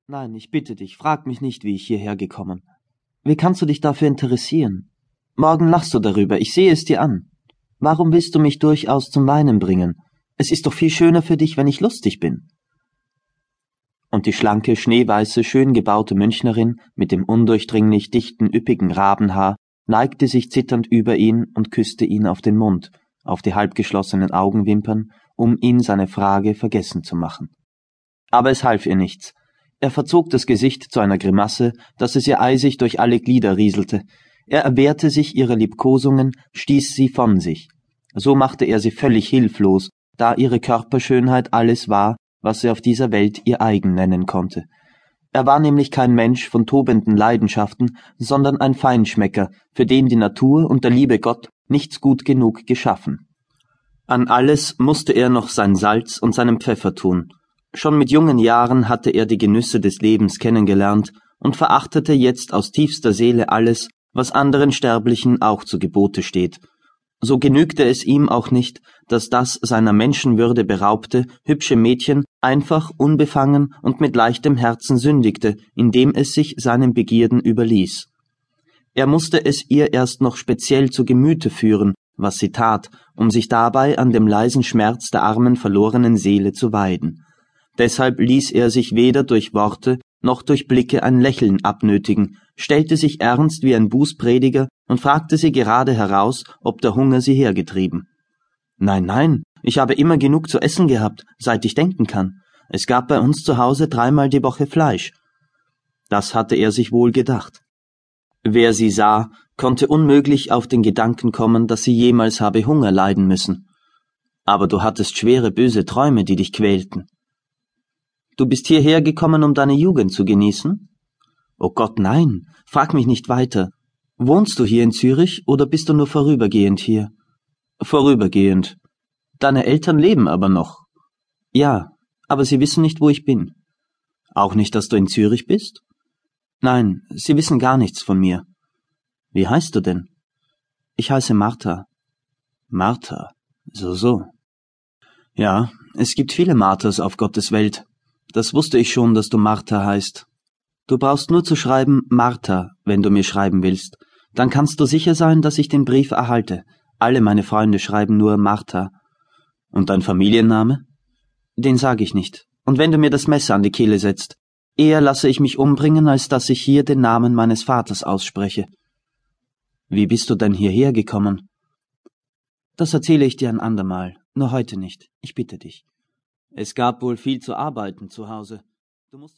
Nein, ich bitte dich, frag mich nicht, wie ich hierher gekommen. Wie kannst du dich dafür interessieren? Morgen lachst du darüber, ich sehe es dir an. Warum willst du mich durchaus zum Weinen bringen? Es ist doch viel schöner für dich, wenn ich lustig bin. Und die schlanke, schneeweiße, schön gebaute Münchnerin mit dem undurchdringlich dichten, üppigen Rabenhaar neigte sich zitternd über ihn und küsste ihn auf den Mund, auf die halbgeschlossenen Augenwimpern, um ihn seine Frage vergessen zu machen. Aber es half ihr nichts. Er verzog das Gesicht zu einer Grimasse, dass es ihr eisig durch alle Glieder rieselte. Er erwehrte sich ihrer Liebkosungen, stieß sie von sich. So machte er sie völlig hilflos, da ihre Körperschönheit alles war, was er auf dieser Welt ihr eigen nennen konnte. Er war nämlich kein Mensch von tobenden Leidenschaften, sondern ein Feinschmecker, für den die Natur und der liebe Gott nichts gut genug geschaffen. An alles musste er noch sein Salz und seinen Pfeffer tun. Schon mit jungen Jahren hatte er die Genüsse des Lebens kennengelernt und verachtete jetzt aus tiefster Seele alles, was anderen Sterblichen auch zu Gebote steht. So genügte es ihm auch nicht, dass das seiner Menschenwürde beraubte, hübsche Mädchen einfach, unbefangen und mit leichtem Herzen sündigte, indem es sich seinen Begierden überließ. Er musste es ihr erst noch speziell zu Gemüte führen, was sie tat, um sich dabei an dem leisen Schmerz der armen verlorenen Seele zu weiden. Deshalb ließ er sich weder durch Worte noch durch Blicke ein Lächeln abnötigen, stellte sich ernst wie ein Bußprediger und fragte sie gerade heraus, ob der Hunger sie hergetrieben. »Nein, nein, ich habe immer genug zu essen gehabt, seit ich denken kann. Es gab bei uns zu Hause 3-mal die Woche Fleisch.« Das hatte er sich wohl gedacht. Wer sie sah, konnte unmöglich auf den Gedanken kommen, dass sie jemals habe Hunger leiden müssen. »Aber du hattest schwere, böse Träume, die dich quälten.« »Du bist hierher gekommen, um deine Jugend zu genießen?« »Oh Gott, nein, frag mich nicht weiter. Wohnst du hier in Zürich oder bist du nur vorübergehend hier?« »Vorübergehend. Deine Eltern leben aber noch?« »Ja, aber sie wissen nicht, wo ich bin.« »Auch nicht, dass du in Zürich bist?« »Nein, sie wissen gar nichts von mir.« »Wie heißt du denn?« »Ich heiße Martha.« »Martha, so. Ja, es gibt viele Marthas auf Gottes Welt. Das wusste ich schon, dass du Martha heißt. Du brauchst nur zu schreiben Martha, wenn du mir schreiben willst. Dann kannst du sicher sein, dass ich den Brief erhalte. Alle meine Freunde schreiben nur Martha. Und dein Familienname? Den sage ich nicht. Und wenn du mir das Messer an die Kehle setzt, eher lasse ich mich umbringen, als dass ich hier den Namen meines Vaters ausspreche. Wie bist du denn hierher gekommen? Das erzähle ich dir ein andermal, nur heute nicht. Ich bitte dich. Es gab wohl viel zu arbeiten zu Hause. Du musst